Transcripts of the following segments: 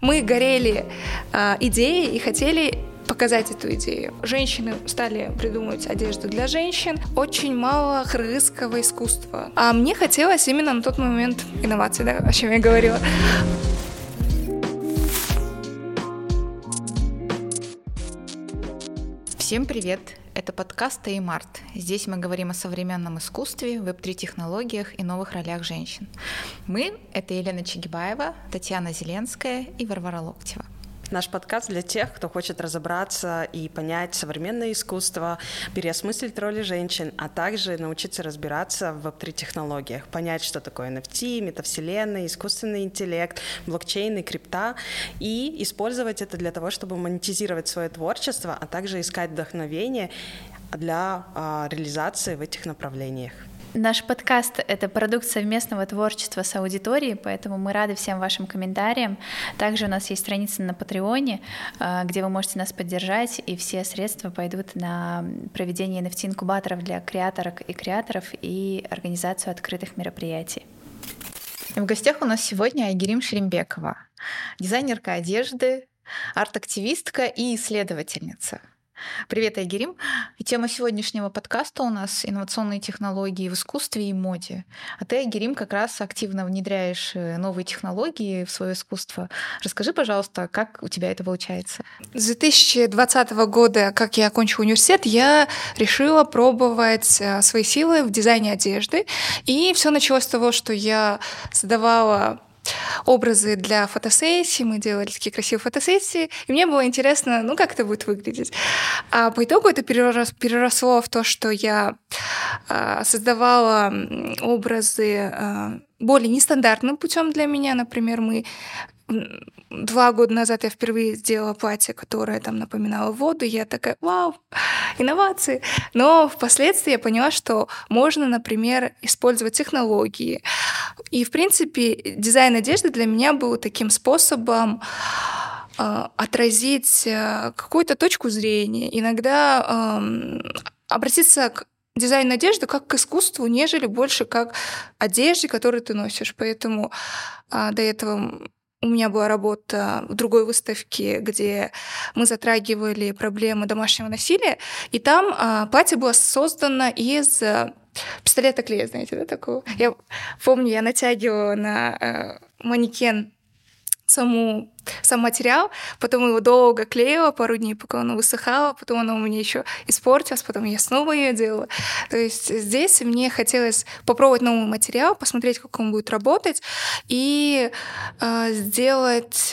Мы горели идеей и хотели показать эту идею. Женщины стали придумывать одежду для женщин. Очень мало кыргызского искусства. А мне хотелось именно на тот момент инноваций, да, о чем я говорила. Всем привет! Это подкаст «Теймарт». Здесь мы говорим о современном искусстве, веб-3-технологиях и новых ролях женщин. Мы — это Елена Чегибаева, Татьяна Зеленская и Варвара Локтева. Наш подкаст для тех, кто хочет разобраться и понять современное искусство, переосмыслить роли женщин, а также научиться разбираться в веб-3-технологиях, понять, что такое NFT, метавселенная, искусственный интеллект, блокчейн и крипта, и использовать это для того, чтобы монетизировать свое творчество, а также искать вдохновение для реализации в этих направлениях. Наш подкаст — это продукт совместного творчества с аудиторией, поэтому мы рады всем вашим комментариям. Также у нас есть страница на Патреоне, где вы можете нас поддержать, и все средства пойдут на проведение NFT-инкубаторов для креаторок и креаторов и организацию открытых мероприятий. В гостях у нас сегодня Айгерим Шерембекова, дизайнерка одежды, арт-активистка и исследовательница. Привет, Айгерим. Тема сегодняшнего подкаста у нас — инновационные технологии в искусстве и моде. А ты, Айгерим, как раз активно внедряешь новые технологии в свое искусство. Расскажи, пожалуйста, как у тебя это получается? С 2020 года, как я окончила университет, я решила пробовать свои силы в дизайне одежды. И все началось с того, что я создавала образы для фотосессий, мы делали такие красивые фотосессии, и мне было интересно, как это будет выглядеть. А по итогу это переросло в то, что я создавала образы более нестандартным путем для меня. Например, 2 года назад я впервые сделала платье, которое там напоминало воду, и я такая: вау, инновации. Но впоследствии я поняла, что можно, например, использовать технологии. И, в принципе, дизайн одежды для меня был таким способом отразить какую-то точку зрения, иногда обратиться к дизайну одежды как к искусству, нежели больше как одежде, которую ты носишь. Поэтому до этого у меня была работа в другой выставке, где мы затрагивали проблемы домашнего насилия, и там платье было создано из пистолета клея, знаете, да, такого? Я помню, я натягивала на манекен сам материал, потом его долго клеила, пару дней, пока оно высыхало, потом оно у меня еще испортилось, потом я снова ее делала. То есть здесь мне хотелось попробовать новый материал, посмотреть, как он будет работать, и сделать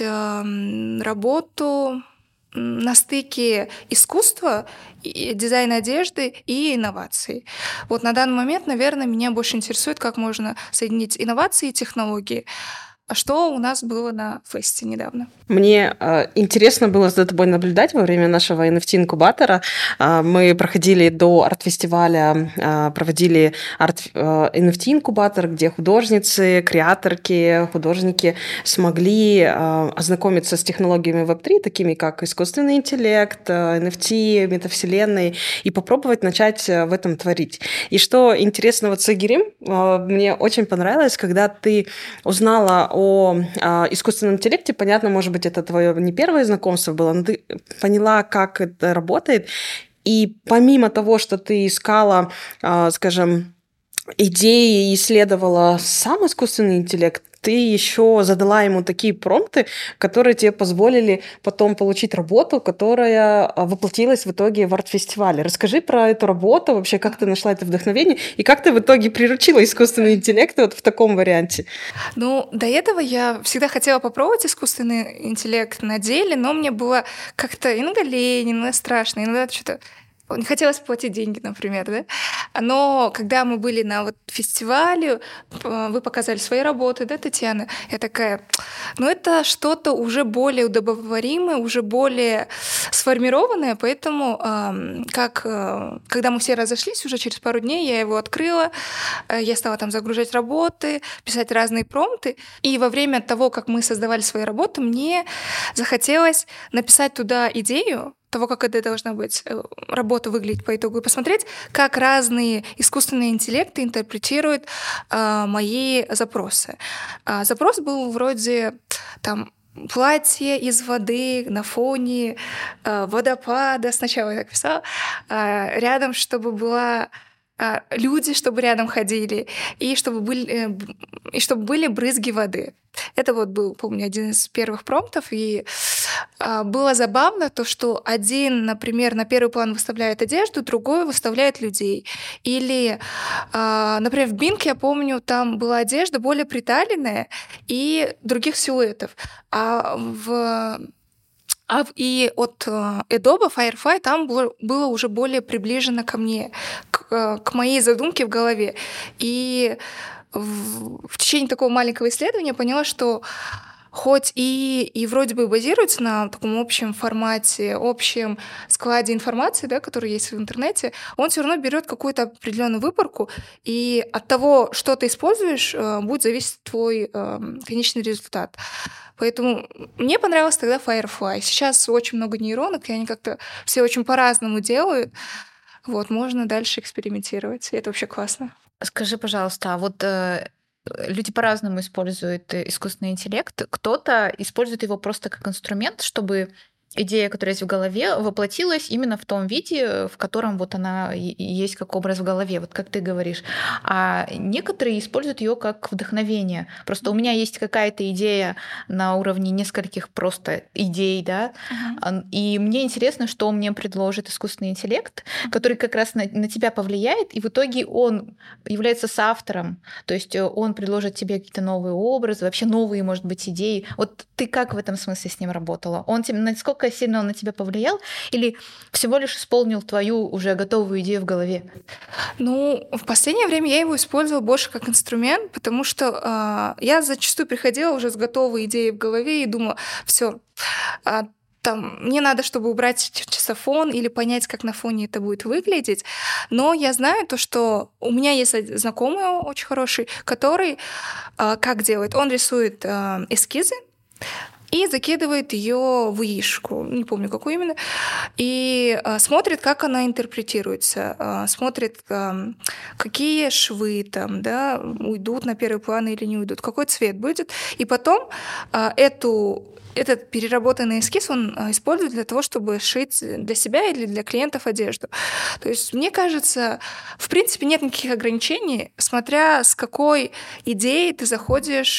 работу на стыке искусства, дизайна одежды и инноваций. Вот на данный момент, наверное, меня больше интересует, как можно соединить инновации и технологии. А что у нас было на фесте недавно? Мне интересно было за тобой наблюдать во время нашего NFT-инкубатора. Мы проходили до арт-фестиваля, проводили NFT-инкубатор, где художницы, креаторки, художники смогли ознакомиться с технологиями Web3, такими как искусственный интеллект, NFT, метавселенной, и попробовать начать в этом творить. И что интересно вот с Айгерим, мне очень понравилось, когда ты узнала о искусственном интеллекте. Понятно, может быть, это твое не первое знакомство было, но ты поняла, как это работает. И помимо того, что ты искала, скажем, идеи и исследовала сам искусственный интеллект, ты еще задала ему такие промпты, которые тебе позволили потом получить работу, которая воплотилась в итоге в арт-фестивале. Расскажи про эту работу, вообще, как ты нашла это вдохновение, и как ты в итоге приручила искусственный интеллект вот в таком варианте? До этого я всегда хотела попробовать искусственный интеллект на деле, но мне было как-то иногда лень, иногда страшно, иногда что-то не хотелось платить деньги, например, да? Но когда мы были на фестивале, вы показали свои работы, да, Татьяна? Я такая, это что-то уже более удобоваримое, уже более сформированное, поэтому когда мы все разошлись, уже через пару дней я его открыла, я стала там загружать работы, писать разные промпты, и во время того, как мы создавали свои работы, мне захотелось написать туда идею того, как это должна быть работа выглядеть по итогу, и посмотреть, как разные искусственные интеллекты интерпретируют мои запросы. Запрос был вроде там платье из воды на фоне водопада. Сначала я так писала. Рядом, чтобы была люди, чтобы рядом ходили, и чтобы были брызги воды. Это вот был, помню, один из первых промптов, и было забавно то, что один, например, на первый план выставляет одежду, другой выставляет людей. Или, например, в Bing, я помню, там была одежда более приталенная и других силуэтов. И от Adobe Firefly там было уже более приближено ко мне, к моей задумке в голове. И в течение такого маленького исследования я поняла, что хоть и вроде бы базируется на таком общем формате, общем складе информации, да, который есть в интернете, он все равно берет какую-то определенную выборку, и от того, что ты используешь, будет зависеть твой конечный результат. Поэтому мне понравилось тогда Firefly. Сейчас очень много нейронок, и они как-то все очень по-разному делают. Вот, можно дальше экспериментировать, и это вообще классно. Скажи, пожалуйста, а вот люди по-разному используют искусственный интеллект. Кто-то использует его просто как инструмент, чтобы идея, которая есть в голове, воплотилась именно в том виде, в котором вот она есть как образ в голове, вот как ты говоришь. А некоторые используют ее как вдохновение. Просто у меня есть какая-то идея на уровне нескольких просто идей, да, и мне интересно, что мне предложит искусственный интеллект, который как раз на тебя повлияет, и в итоге он является соавтором, то есть он предложит тебе какие-то новые образы, вообще новые, может быть, идеи. Вот ты как в этом смысле с ним работала? Он тебе насколько сильно он на тебя повлиял или всего лишь исполнил твою уже готовую идею в голове? Ну, в последнее время я его использовала больше как инструмент, потому что я зачастую приходила уже с готовой идеей в голове и думала, все, там, мне надо, чтобы убрать часофон или понять, как на фоне это будет выглядеть. Но я знаю то, что у меня есть знакомый очень хороший, который как делает? Он рисует эскизы и закидывает ее в ишку, не помню, какую именно, и смотрит, как она интерпретируется, смотрит, какие швы там, да, уйдут на первый план или не уйдут, какой цвет будет, и потом этот переработанный эскиз он использует для того, чтобы шить для себя или для клиентов одежду. То есть, мне кажется, в принципе, нет никаких ограничений, смотря с какой идеей ты заходишь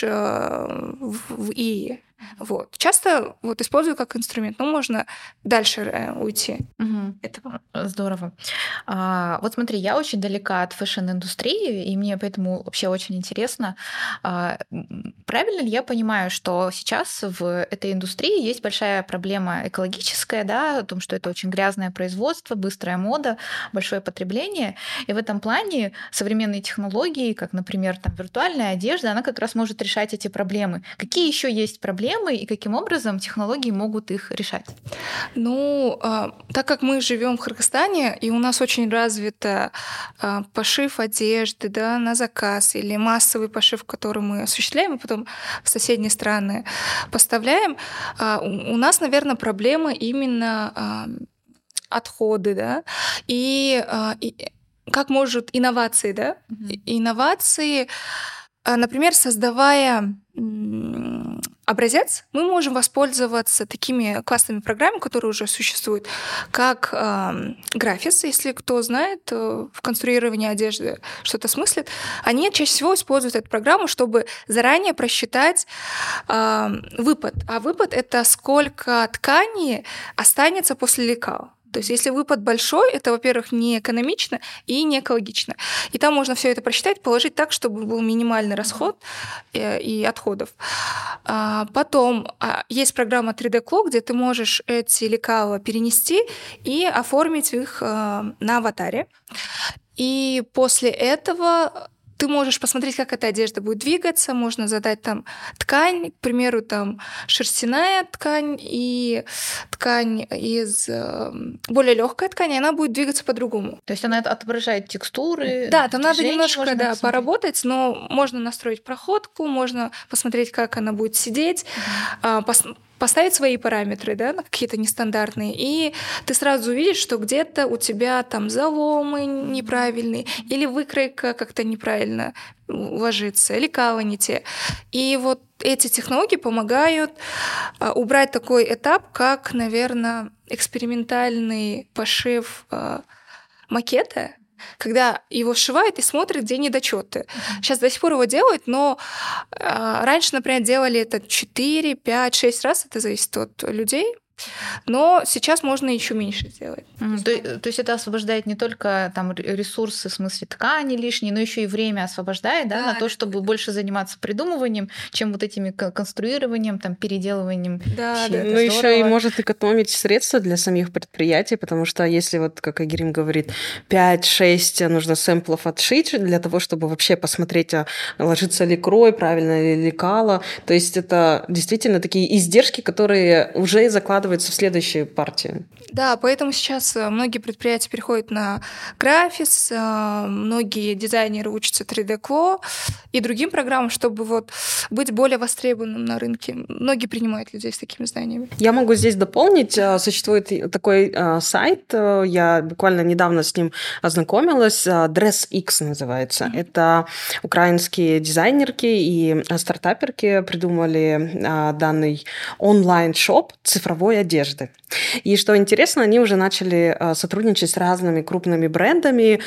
в ИИ. Вот. Часто вот использую как инструмент, но можно дальше уйти. Этого. Здорово. Вот смотри, я очень далека от фэшн-индустрии, и мне поэтому вообще очень интересно, правильно ли я понимаю, что сейчас в этой индустрии есть большая проблема экологическая, да, о том, что это очень грязное производство, быстрая мода, большое потребление, и в этом плане современные технологии, как, например, там, виртуальная одежда, она как раз может решать эти проблемы. Какие еще есть проблемы и каким образом технологии могут их решать? Ну, так как мы живем в Кыргызстане, и у нас очень развито пошив одежды, да, на заказ или массовый пошив, который мы осуществляем, и потом в соседние страны поставляем, у нас, наверное, проблема именно отходы, да, и как может инновации, да, инновации, например, создавая образец, мы можем воспользоваться такими классными программами, которые уже существуют, как Graphics, если кто знает, в конструировании одежды что-то смыслит. Они чаще всего используют эту программу, чтобы заранее просчитать выпад. А выпад — это сколько ткани останется после лекала. То есть если выпад большой, это, во-первых, не экономично и не экологично. И там можно все это просчитать, положить так, чтобы был минимальный расход и отходов. Потом есть программа 3D Clock, где ты можешь эти лекала перенести и оформить их на аватаре. И после этого ты можешь посмотреть, как эта одежда будет двигаться, можно задать там ткань, к примеру, там шерстяная ткань и ткань из более легкой ткани, она будет двигаться по-другому. То есть она отображает текстуры? Да, там надо немножко поработать, но можно настроить проходку, можно посмотреть, как она будет сидеть, поставить свои параметры, да, на какие-то нестандартные, и ты сразу увидишь, что где-то у тебя там заломы неправильные, или выкройка как-то неправильно ложится, или кава не те. И вот эти технологии помогают убрать такой этап, как, наверное, экспериментальный пошив макета, когда его сшивают и смотрят, где недочеты. Сейчас до сих пор его делают, но раньше, например, делали это 4, 5, 6 раз, это зависит от людей. Но сейчас можно еще меньше сделать. То есть это освобождает не только там ресурсы, в смысле ткани лишние, но еще и время освобождает, да, на то, чтобы больше заниматься придумыванием, чем вот этими конструированием, там, переделыванием. Да. Ну, еще и может экономить средства для самих предприятий, потому что если вот, как Айгерим говорит, 5-6 нужно сэмплов отшить для того, чтобы вообще посмотреть, ложится ли крой, правильно ли лекало. То есть это действительно такие издержки, которые уже закладываются в следующей партии. Да, поэтому сейчас многие предприятия переходят на Graphics, многие дизайнеры учатся 3D Claw и другим программам, чтобы вот быть более востребованным на рынке. Многие принимают людей с такими знаниями. Я могу здесь дополнить. Существует такой сайт, я буквально недавно с ним ознакомилась, DressX называется. Это украинские дизайнерки и стартаперки придумали данный онлайн-шоп цифровой одежды. И что интересно, они уже начали сотрудничать с разными крупными брендами,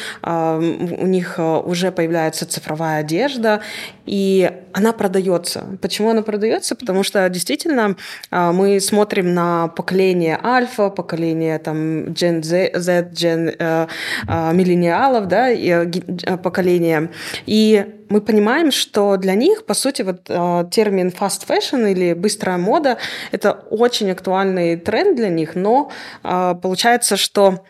у них уже появляется цифровая одежда, и она продается. Почему она продается? Потому что действительно мы смотрим на поколение альфа, поколение там Gen Z, Gen миллениалов, да, поколение, и мы понимаем, что для них, по сути, вот термин fast fashion или быстрая мода – это очень актуальный тренд для них, но получается, что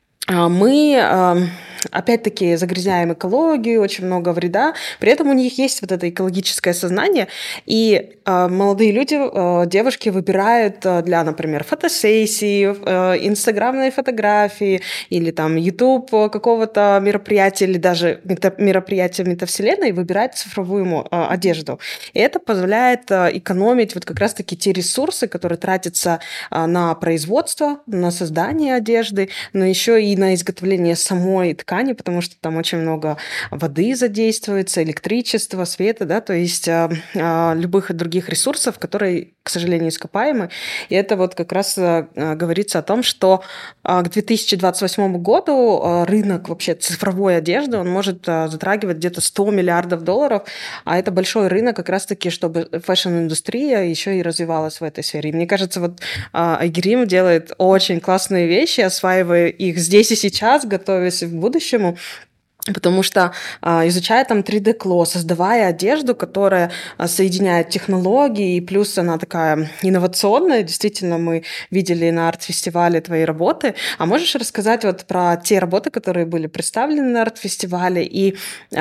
мы опять-таки загрязняем экологию, очень много вреда. При этом у них есть вот это экологическое сознание, и молодые люди, девушки выбирают для, например, фотосессии, инстаграмной фотографии или там YouTube какого-то мероприятия или даже мероприятия метавселенной, выбирать цифровую одежду. И это позволяет экономить вот как раз-таки те ресурсы, которые тратятся на производство, на создание одежды, но еще и на изготовление самой ткани, потому что там очень много воды задействуется, электричества, света, да, то есть любых других ресурсов, которые, к сожалению, ископаемы. И это вот как раз говорится о том, что к 2028 году рынок вообще цифровой одежды, он может затрагивать где-то $100 миллиардов, а это большой рынок как раз-таки, чтобы фэшн-индустрия еще и развивалась в этой сфере. И мне кажется, вот Айгерим делает очень классные вещи, осваивая их здесь и сейчас, готовясь к будущему, потому что изучая там 3D Claw, создавая одежду, которая соединяет технологии, и плюс она такая инновационная, действительно, мы видели на арт-фестивале твои работы. А можешь рассказать вот про те работы, которые были представлены на арт-фестивале, и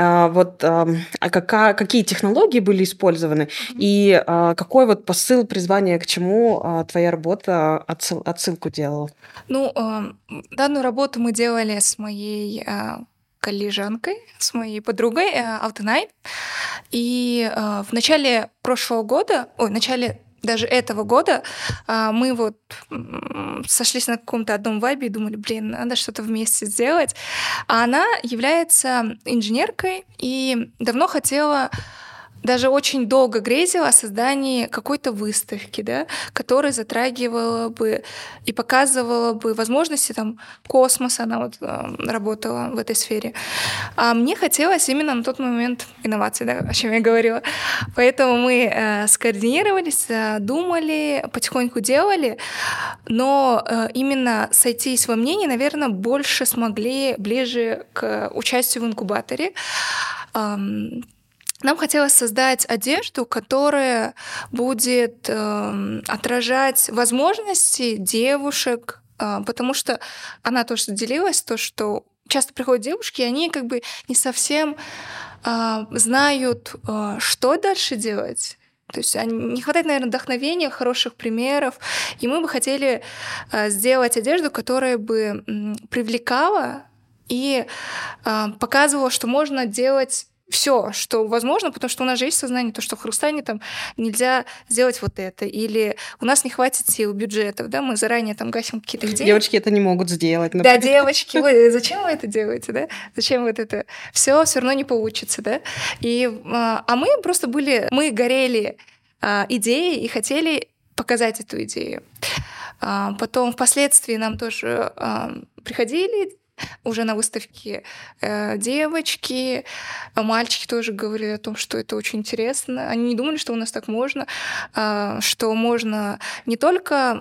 какие технологии были использованы, и какой вот посыл, призвание, к чему твоя работа отсылку делала? Ну, данную работу мы делали с моей коллежанкой, с моей подругой Алтынай. И в начале даже этого года мы вот сошлись на каком-то одном вайбе и думали, надо что-то вместе сделать. А она является инженеркой и давно хотела, даже очень долго грезила о создании какой-то выставки, да, которая затрагивала бы и показывала бы возможности там, космоса. Она вот работала в этой сфере. А мне хотелось именно на тот момент инноваций, да, о чем я говорила. Поэтому мы скоординировались, думали, потихоньку делали, но именно сойтись во мнении, наверное, больше смогли ближе к участию в инкубаторе. Нам хотелось создать одежду, которая будет отражать возможности девушек, потому что она тоже делилась, то, что часто приходят девушки, и они как бы не совсем знают, что дальше делать. То есть не хватает, наверное, вдохновения, хороших примеров. И мы бы хотели сделать одежду, которая бы привлекала и показывала, что можно делать все, что возможно, потому что у нас же есть сознание, то, что в Кыргызстане там нельзя сделать вот это, или у нас не хватит сил, бюджетов, да, мы заранее там гасим какие-то идеи. Девочки это не могут сделать. Да, девочки, зачем вы это делаете, да? Зачем вот это? Все равно не получится, да? А мы просто мы горели идеей и хотели показать эту идею. Потом впоследствии нам тоже приходили уже на выставке девочки, мальчики тоже говорили о том, что это очень интересно. Они не думали, что у нас так можно, что можно не только...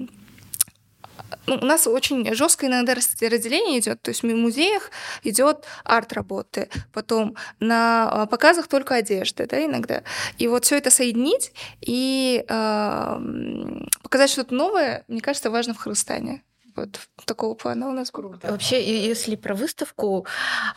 у нас очень жесткое иногда разделение идет, то есть в музеях идет арт-работы, потом на показах только одежда, да, иногда. И вот все это соединить и показать что-то новое, мне кажется, важно в Кыргызстане. Вот такого плана у нас круто. Вообще, если про выставку,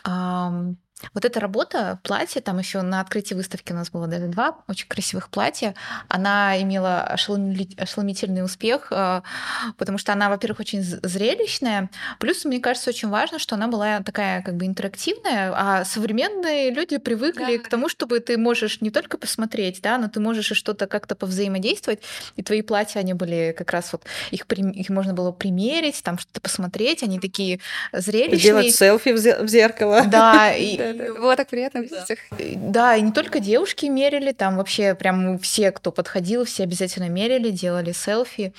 вот эта работа, платье, там еще на открытии выставки у нас было даже 2 очень красивых платья. Она имела ошеломительный успех, потому что она, во-первых, очень зрелищная. Плюс, мне кажется, очень важно, что она была такая как бы интерактивная, а современные люди привыкли к тому, чтобы ты можешь не только посмотреть, да, но ты можешь и что-то как-то повзаимодействовать. И твои платья, они были как раз вот, их можно было примерить, там что-то посмотреть, они такие зрелищные. Делать селфи в зеркало. Да, и было так приятно видеть их. Да, и не только девушки мерили, там вообще прям все, кто подходил, все обязательно мерили, делали селфи.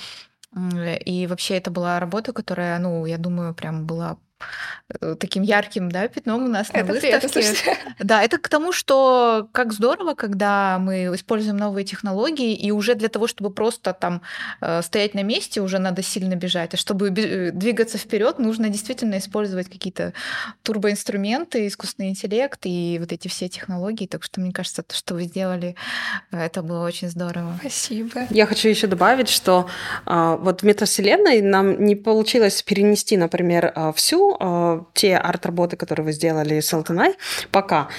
И вообще это была работа, которая, я думаю, прям была таким ярким, да, пятном у нас на выставке. Да, это к тому, что как здорово, когда мы используем новые технологии, и уже для того, чтобы просто там стоять на месте, уже надо сильно бежать, а чтобы двигаться вперед, нужно действительно использовать какие-то турбоинструменты, искусственный интеллект и вот эти все технологии. Так что мне кажется, то, что вы сделали, это было очень здорово. Спасибо. Я хочу еще добавить, что вот в метавселенной нам не получилось перенести, например, всю те арт-работы, которые вы сделали с Алтынай, пока,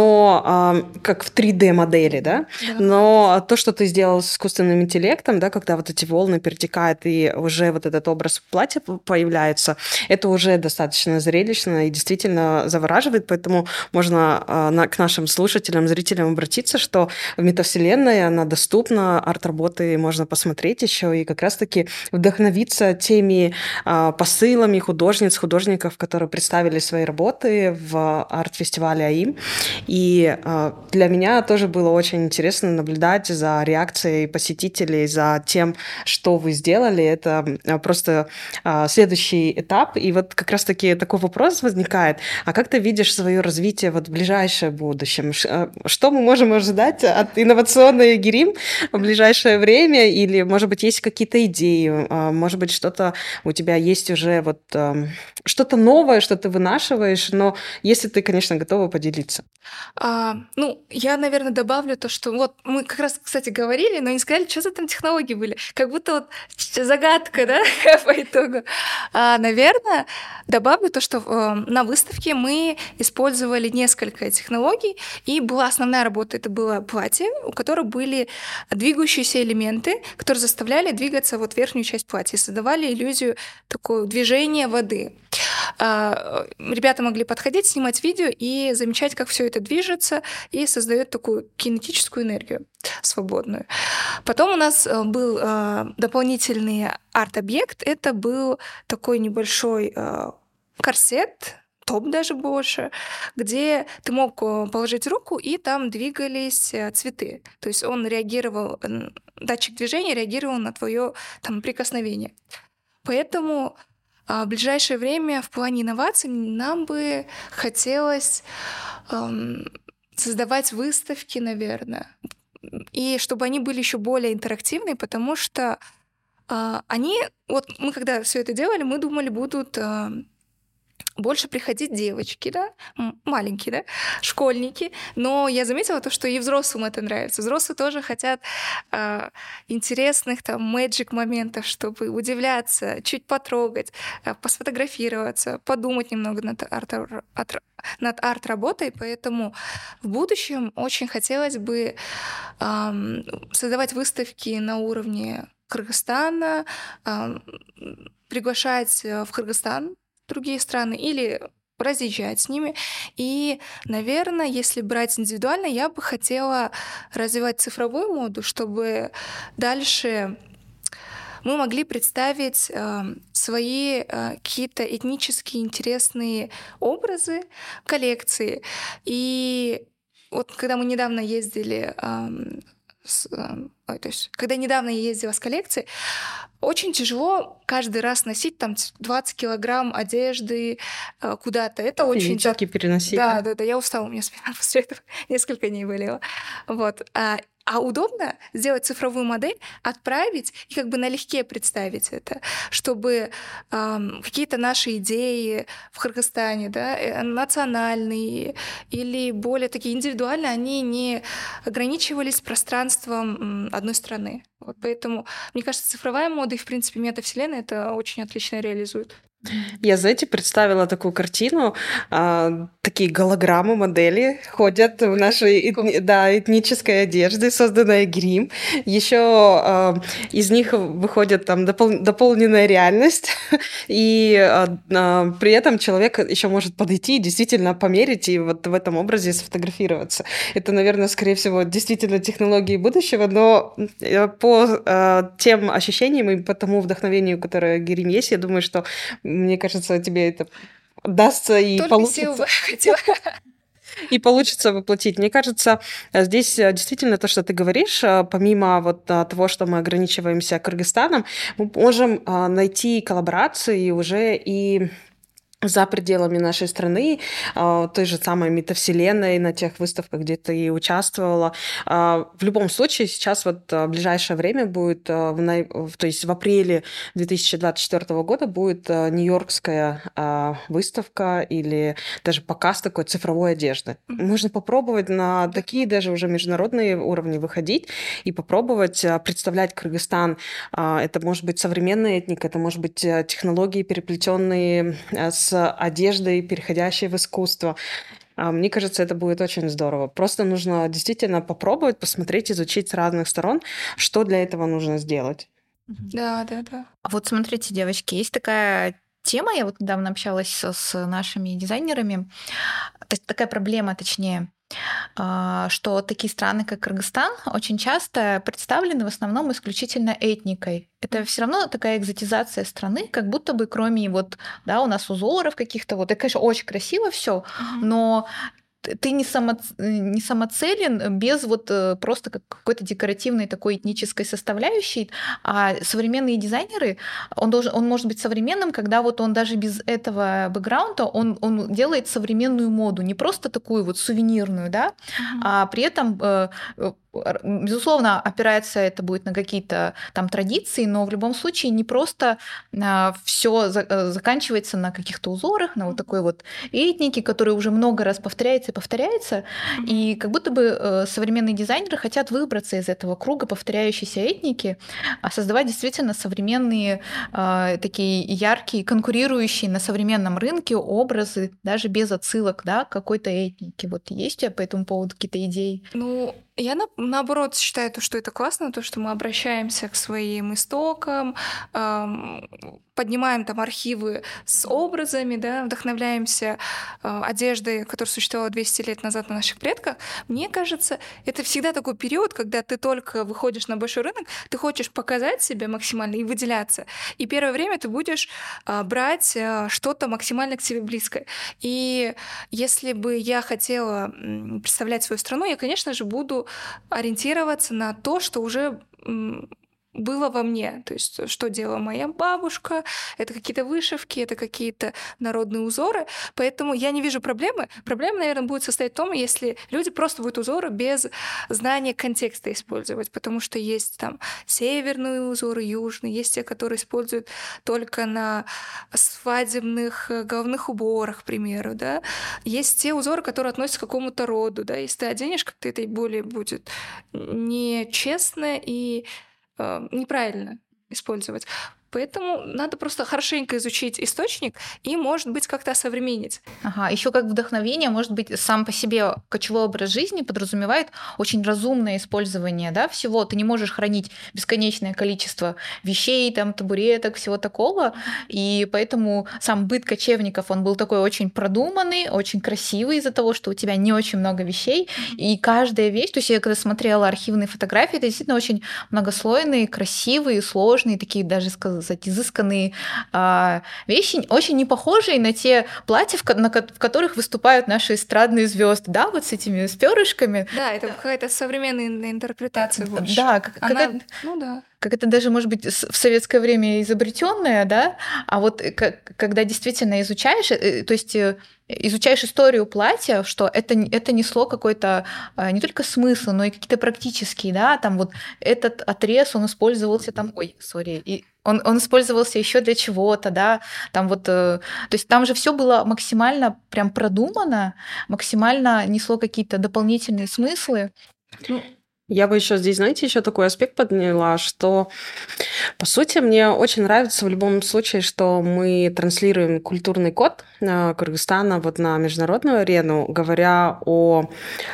но как в 3D-модели, да? Но то, что ты сделал с искусственным интеллектом, да, когда вот эти волны перетекают и уже вот этот образ платья появляется, это уже достаточно зрелищно и действительно завораживает, поэтому можно к нашим слушателям, зрителям обратиться, что в метавселенной она доступна, арт-работы можно посмотреть еще и как раз-таки вдохновиться теми посылами художников, которые представили свои работы в арт-фестивале АИМ. И для меня тоже было очень интересно наблюдать за реакцией посетителей, за тем, что вы сделали. Это просто следующий этап. И вот как раз-таки такой вопрос возникает. А как ты видишь свое развитие вот в ближайшее будущем? Что мы можем ожидать от инновационной Айгерим в ближайшее время? Или, может быть, есть какие-то идеи? Может быть, что-то у тебя есть уже вот что-то новое, что ты вынашиваешь, но если ты, конечно, готова поделиться. Я, наверное, добавлю то, что вот мы как раз, кстати, говорили, но не сказали, что за там технологии были. Как будто вот загадка, да, по итогу. Наверное, добавлю то, что на выставке мы использовали несколько технологий, и была основная работа, это было платье, у которого были двигающиеся элементы, которые заставляли двигаться вот верхнюю часть платья, создавали иллюзию такого движения воды. Ребята могли подходить, снимать видео и замечать, как все это движется и создает такую кинетическую энергию свободную. Потом у нас был дополнительный арт-объект. Это был такой небольшой корсет, топ даже больше, где ты мог положить руку, и там двигались цветы. То есть он реагировал, датчик движения реагировал на твое там прикосновение. Поэтому в ближайшее время в плане инноваций нам бы хотелось создавать выставки, наверное, и чтобы они были еще более интерактивные, потому что вот мы когда все это делали, мы думали, будут больше приходить девочки, да, маленькие, да, школьники, но я заметила то, что и взрослым это нравится. Взрослые тоже хотят интересных там magic моментов, чтобы удивляться, чуть потрогать, посфотографироваться, подумать немного над арт-работой, поэтому в будущем очень хотелось бы создавать выставки на уровне Кыргызстана, приглашать в Кыргызстан другие страны или разъезжать с ними. И, наверное, если брать индивидуально, я бы хотела развивать цифровую моду, чтобы дальше мы могли представить свои какие-то этнически интересные образы, коллекции. И вот когда мы недавно ездили когда недавно я ездила с коллекцией, очень тяжело каждый раз носить там 20 килограмм одежды куда-то. Это очень... Вещи переносить. Да, я устала, у меня спина после этого несколько дней болела. Вот. А удобно сделать цифровую модель, отправить и как бы налегке представить это, чтобы какие-то наши идеи в Кыргызстане, да, национальные или более такие индивидуальные, они не ограничивались пространством одной страны. Вот поэтому, мне кажется, цифровая мода и, в принципе, метавселенная это очень отлично реализует. Я, знаете, представила такую картину. Такие голограммы модели ходят в нашей этнической одежде, созданной грим. Еще из них выходит там дополненная реальность. И при этом человек еще может подойти и действительно померить и вот в этом образе сфотографироваться. Это, наверное, скорее всего, действительно технологии будущего, но по тем ощущениям и по тому вдохновению, которое грим есть, я думаю, что мне кажется, тебе это удастся и только получится. И получится воплотить. Мне кажется, здесь действительно то, что ты говоришь, помимо вот того, что мы ограничиваемся Кыргызстаном, мы можем найти коллаборации уже и за пределами нашей страны, той же самой метавселенной, на тех выставках, где ты участвовала. В любом случае, сейчас вот в ближайшее время будет, то есть в апреле 2024 года будет Нью-Йоркская выставка или даже показ такой цифровой одежды. Можно попробовать на такие даже уже международные уровни выходить и попробовать представлять Кыргызстан. Это может быть современная этника, это может быть технологии, переплетенные с одеждой, переходящей в искусство. Мне кажется, это будет очень здорово. Просто нужно действительно попробовать, посмотреть, изучить с разных сторон, что для этого нужно сделать. Да. Вот смотрите, девочки, есть такая тема, я вот недавно общалась с нашими дизайнерами, такая проблема, точнее, что такие страны, как Кыргызстан, очень часто представлены в основном исключительно этникой. Это все равно такая экзотизация страны, как будто бы кроме вот, да, у нас узоров каких-то, вот, это, конечно, очень красиво все, но ты не самоцелен без вот просто какой-то декоративной такой этнической составляющей, а современные дизайнеры, он может быть современным, когда вот он даже без этого бэкграунда, он делает современную моду, не просто такую вот сувенирную, да, а при этом безусловно, опирается это будет на какие-то там традиции, но в любом случае не просто все заканчивается на каких-то узорах, на вот такой вот этнике, которая уже много раз повторяется и повторяется. И как будто бы современные дизайнеры хотят выбраться из этого круга повторяющейся этники, а создавать действительно современные такие яркие, конкурирующие на современном рынке образы, даже без отсылок, да, к какой-то этнике. Вот есть у тебя по этому поводу какие-то идеи? Ну, я наоборот считаю, что это классно, то, что мы обращаемся к своим истокам, поднимаем там архивы с образами, да, вдохновляемся одеждой, которая существовала 200 лет назад на наших предках. Мне кажется, это всегда такой период, когда ты только выходишь на большой рынок, ты хочешь показать себя максимально и выделяться. И первое время ты будешь брать что-то максимально к тебе близкое. И если бы я хотела представлять свою страну, я, конечно же, буду ориентироваться на то, что уже было во мне, то есть что делала моя бабушка, это какие-то вышивки, это какие-то народные узоры, поэтому я не вижу проблемы. Проблема, наверное, будет состоять в том, если люди просто будут узоры без знания контекста использовать, потому что есть там северные узоры, южные, есть те, которые используют только на свадебных головных уборах, к примеру, да, есть те узоры, которые относятся к какому-то роду, да, если ты оденешь, как-то это более будет нечестно и неправильно использовать. Поэтому надо просто хорошенько изучить источник и, может быть, как-то осовременить. Ага, еще как вдохновение, может быть, сам по себе кочевой образ жизни подразумевает очень разумное использование, да, всего. Ты не можешь хранить бесконечное количество вещей, там, табуреток, всего такого, и поэтому сам быт кочевников, он был такой очень продуманный, очень красивый из-за того, что у тебя не очень много вещей, и каждая вещь, то есть я когда смотрела архивные фотографии, это действительно очень многослойные, красивые, сложные, такие даже, сказать, изысканные вещи, очень не похожие на те платья, в которых выступают наши эстрадные звезды, да, вот с этими с перышками. Да, это какая-то современная интерпретация больше. Да, как это даже, может быть, в советское время изобретенное, да, а вот когда действительно изучаешь, то есть изучаешь историю платья, что это несло какой-то не только смысл, но и какие-то практические, да, там вот этот отрез, он использовался там, и он использовался еще для чего-то, да, там вот, то есть там же все было максимально прям продумано, максимально несло какие-то дополнительные смыслы. Я бы еще здесь, знаете, еще такой аспект подняла, что, по сути, мне очень нравится в любом случае, что мы транслируем культурный код Кыргызстана вот на международную арену, говоря о,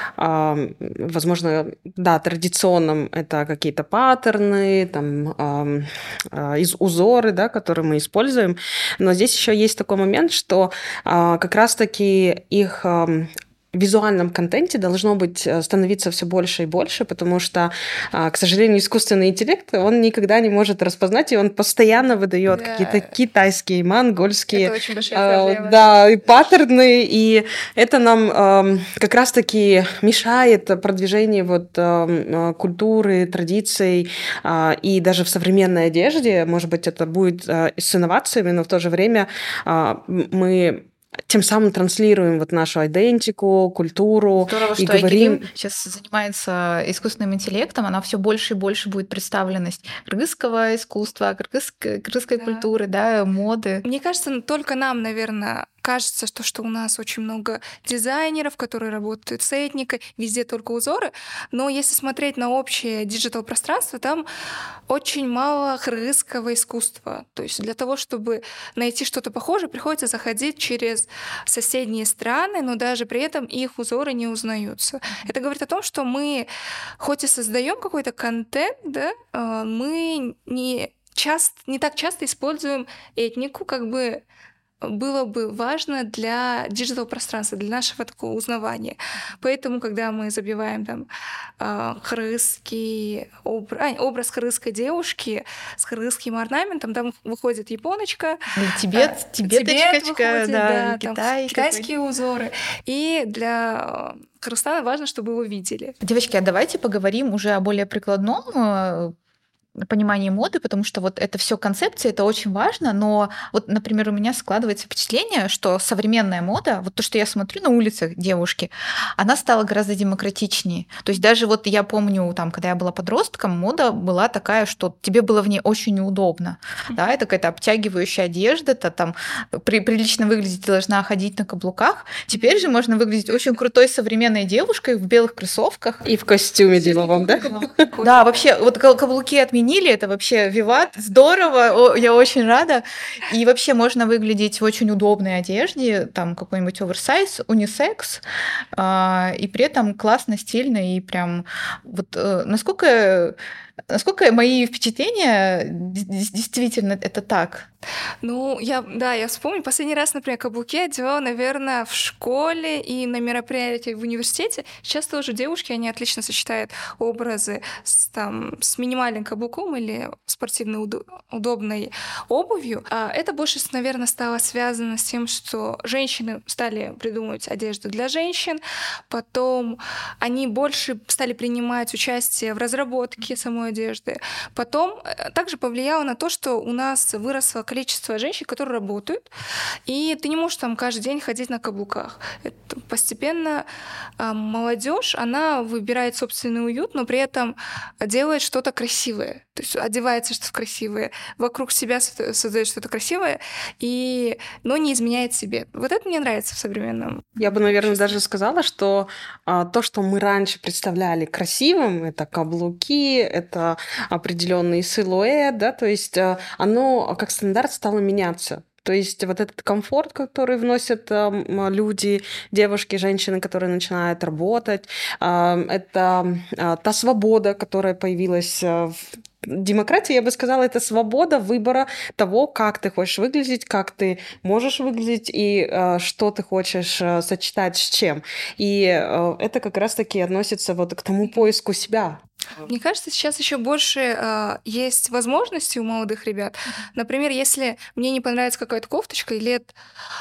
возможно, да, традиционном, это какие-то паттерны, там, узоры, да, которые мы используем, но здесь еще есть такой момент, что как раз-таки их визуальном контенте должно быть становиться все больше и больше, потому что, к сожалению, искусственный интеллект, он никогда не может распознать, и он постоянно выдает какие-то китайские, монгольские, это очень большая проблема. Да, и паттерны, и это нам как раз-таки мешает продвижению вот культуры, традиций, и даже в современной одежде, может быть, это будет с инновациями, но в то же время мы тем самым транслируем вот нашу идентику, культуру. Здорово, и что говорим... Айгерим сейчас занимается искусственным интеллектом, она все больше и больше будет представленность кыргызского искусства, кыргызской культуры, да, моды. Мне кажется, только нам, наверное, кажется, что у нас очень много дизайнеров, которые работают с этникой, везде только узоры, но если смотреть на общее диджитал-пространство, там очень мало кыргызского искусства. То есть для того, чтобы найти что-то похожее, приходится заходить через соседние страны, но даже при этом их узоры не узнаются. Это говорит о том, что мы, хоть и создаем какой-то контент, да, мы не так часто используем этнику, как бы было бы важно для диджитал-пространства, для нашего такого узнавания. Поэтому, когда мы забиваем там образ кыргызской девушки с кыргызским орнаментом, там выходит японочка, Тибет выходит, да, китайские узоры. И для Кыргызстана важно, чтобы его видели. Девочки, а давайте поговорим уже о более прикладном понимании моды, потому что вот это все концепции, это очень важно, но вот, например, у меня складывается впечатление, что современная мода, вот то, что я смотрю на улицах девушки, она стала гораздо демократичнее. То есть даже вот я помню, там, когда я была подростком, мода была такая, что тебе было в ней очень неудобно. Да, это какая-то обтягивающая одежда, ты там прилично выглядеть должна ходить на каблуках. Теперь же можно выглядеть очень крутой современной девушкой в белых кроссовках. И в костюме деловом, да? Да, вообще, вот каблуки отменили, это вообще виват, здорово, я очень рада. И вообще можно выглядеть в очень удобной одежде, там какой-нибудь оверсайз, унисекс, и при этом классно, стильно, и прям вот насколько мои впечатления действительно это так? Ну, я вспомню, последний раз, например, каблуки одевала, наверное, в школе и на мероприятиях в университете. Сейчас тоже девушки, они отлично сочетают образы с минимальным каблуком или спортивной удобной обувью. Это больше, наверное, стало связано с тем, что женщины стали придумывать одежду для женщин, потом они больше стали принимать участие в разработке самой одежды. Потом также повлияло на то, что у нас выросло количество женщин, которые работают, и ты не можешь там каждый день ходить на каблуках. Постепенно молодежь, она выбирает собственный уют, но при этом делает что-то красивое. То есть одевается что-то красивое, вокруг себя создает что-то красивое, но не изменяет себе. Вот это мне нравится в современном. Я бы, наверное, даже сказала, что то, что мы раньше представляли красивым, это каблуки, это это определенный силуэт, да, то есть оно как стандарт стало меняться. То есть вот этот комфорт, который вносят люди, девушки, женщины, которые начинают работать, это та свобода, которая появилась в демократии, я бы сказала, это свобода выбора того, как ты хочешь выглядеть, как ты можешь выглядеть и что ты хочешь сочетать с чем. И это как раз-таки относится вот к тому поиску себя. Мне кажется, сейчас еще больше есть возможности у молодых ребят. Например, если мне не понравится какая-то кофточка, и лет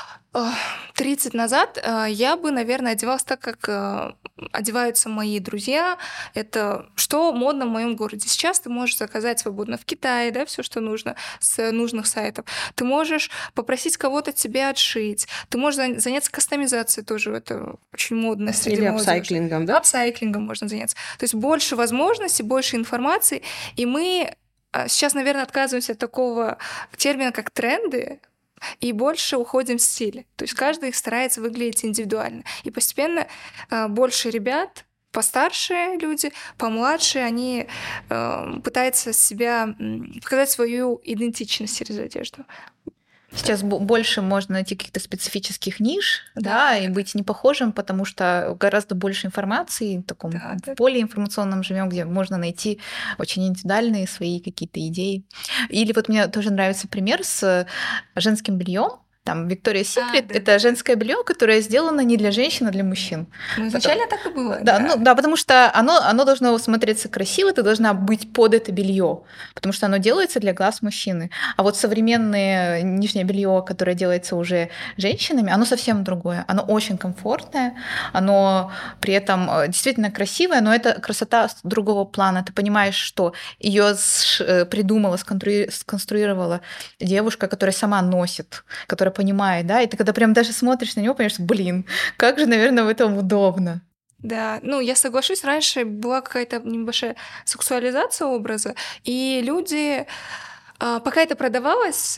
30 назад я бы, наверное, одевалась так, как одеваются мои друзья. Это что модно в моем городе. Сейчас ты можешь заказать свободно в Китае, да, все, что нужно, с нужных сайтов. Ты можешь попросить кого-то тебе отшить. Ты можешь заняться кастомизацией тоже. Это очень модно среди Или молодежи. апсайклингом, да? Апсайклингом можно заняться. То есть больше возможностей, больше информации. И мы сейчас, наверное, отказываемся от такого термина, как тренды, и больше уходим в стиль. То есть каждый старается выглядеть индивидуально. И постепенно больше ребят, постарше люди, помладше, они пытаются себя показать свою идентичность через одежду. Сейчас больше можно найти каких-то специфических ниш, да, и быть не похожим, потому что гораздо больше информации в таком поле информационном живем, где можно найти очень индивидуальные свои какие-то идеи. Или вот мне тоже нравится пример с женским бельем. Там Victoria's Secret это женское белье, которое сделано не для женщин, а для мужчин. Ну, изначально так и было. Да, ну, да, потому что оно должно смотреться красиво, ты должна быть под это белье, потому что оно делается для глаз мужчины. А вот современное нижнее белье, которое делается уже женщинами, оно совсем другое. Оно очень комфортное, оно при этом действительно красивое, но это красота другого плана. Ты понимаешь, что ее придумала, сконструировала девушка, которая сама носит, которая понимает, да, и ты когда прям даже смотришь на него, понимаешь, блин, как же, наверное, в этом удобно. Да, ну я соглашусь, раньше была какая-то небольшая сексуализация образа, и люди, пока это продавалось,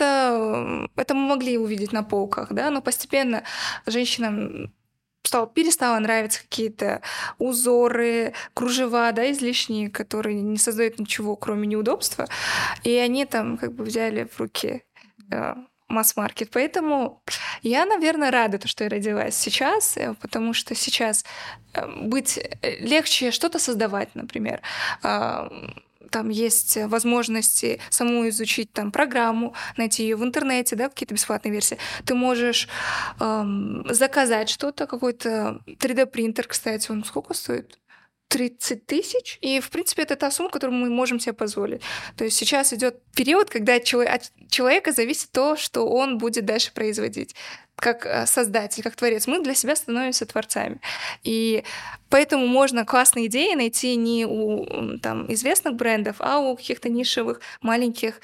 это мы могли увидеть на полках, да, но постепенно женщинам перестало нравиться какие-то узоры, кружева, да, излишние, которые не создают ничего, кроме неудобства, и они там как бы взяли в руки масс-маркет. Поэтому я, наверное, рада, что я родилась сейчас, потому что сейчас быть легче что-то создавать, например. Там есть возможности саму изучить там программу, найти ее в интернете, да, какие-то бесплатные версии. Ты можешь заказать что-то, какой-то 3D-принтер, кстати, он сколько стоит? 30 тысяч. И, в принципе, это та сумма, которую мы можем себе позволить. То есть сейчас идет период, когда от человека зависит то, что он будет дальше производить. Как создатель, как творец. Мы для себя становимся творцами. И поэтому можно классные идеи найти не у там, известных брендов, а у каких-то нишевых, маленьких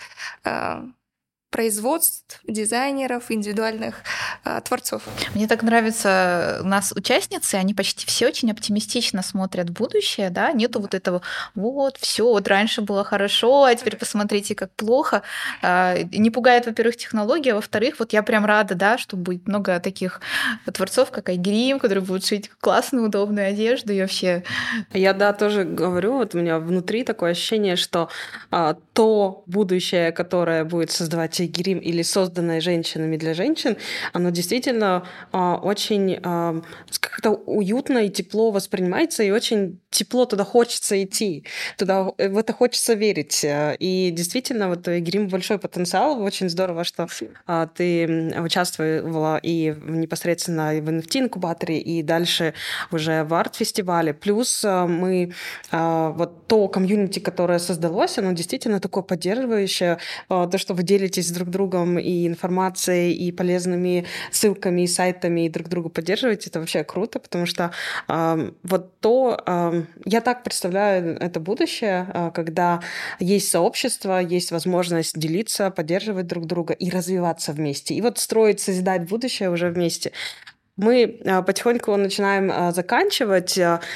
производств, дизайнеров, индивидуальных творцов. Мне так нравится у нас участницы, они почти все очень оптимистично смотрят в будущее, да, нету вот этого вот все, вот раньше было хорошо, а теперь посмотрите, как плохо. Не пугает, во-первых, технология, во-вторых, вот я прям рада, да, что будет много таких творцов, как Айгерим, которые будут шить классную, удобную одежду и вообще. Я, да, тоже говорю, вот у меня внутри такое ощущение, что то будущее, которое будет создавать Айгерим или созданное женщинами для женщин, оно действительно очень как-то уютно и тепло воспринимается, и очень тепло туда хочется идти, туда в это хочется верить. И действительно, вот у Айгерим большой потенциал. Очень здорово, что ты участвовала и непосредственно в NFT-инкубаторе, и дальше уже в арт-фестивале. Плюс мы вот то комьюнити, которое создалось, оно действительно такое поддерживающее. То, что вы делитесь друг другом и информацией, и полезными ссылками, и сайтами, и друг друга поддерживаете, это вообще круто, потому что вот то... Я так представляю это будущее, когда есть сообщество, есть возможность делиться, поддерживать друг друга и развиваться вместе. И вот строить, созидать будущее уже вместе. Мы потихоньку начинаем заканчивать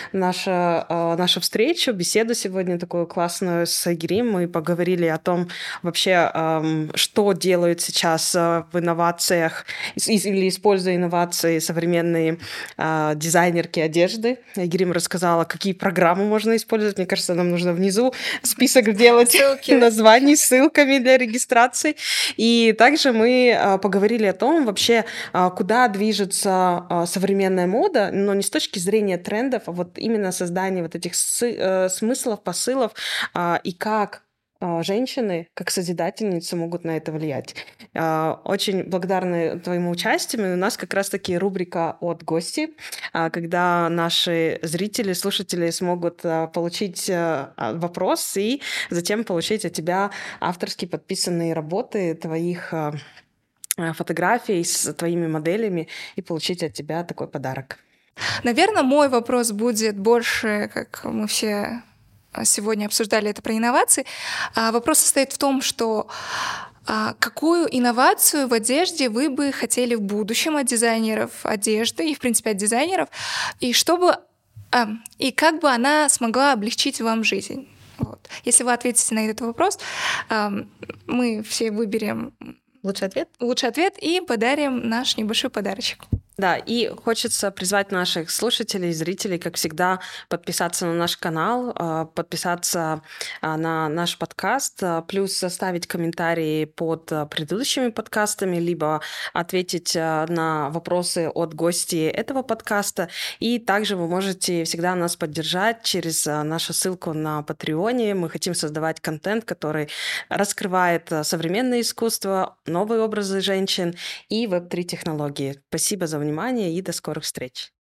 нашу встречу, беседу сегодня такую классную с Айгерим. Мы поговорили о том вообще, что делают сейчас в инновациях или используя инновации современные дизайнерки одежды. Айгерим рассказала, какие программы можно использовать. Мне кажется, нам нужно внизу список сделать названий с ссылками для регистрации. И также мы поговорили о том вообще, куда движется современная мода, но не с точки зрения трендов, а вот именно создание вот этих смыслов, посылов, и как женщины, как созидательницы, могут на это влиять. Очень благодарны твоему участию. У нас как раз-таки рубрика «От гости», когда наши зрители, слушатели смогут получить вопрос и затем получить от тебя авторски подписанные работы твоих фотографий с твоими моделями и получить от тебя такой подарок. Наверное, мой вопрос будет больше, как мы все сегодня обсуждали это про инновации. Вопрос состоит в том, что какую инновацию в одежде вы бы хотели в будущем от дизайнеров одежды и, в принципе, от дизайнеров, и как бы она смогла облегчить вам жизнь? Вот. Если вы ответите на этот вопрос, мы все выберем лучший ответ и подарим наш небольшой подарочек. Да, и хочется призвать наших слушателей, зрителей, как всегда, подписаться на наш канал, подписаться на наш подкаст, плюс оставить комментарии под предыдущими подкастами, либо ответить на вопросы от гостей этого подкаста. И также вы можете всегда нас поддержать через нашу ссылку на Патреоне. Мы хотим создавать контент, который раскрывает современное искусство, новые образы женщин и веб-3 технологии. Спасибо за внимание и до скорых встреч.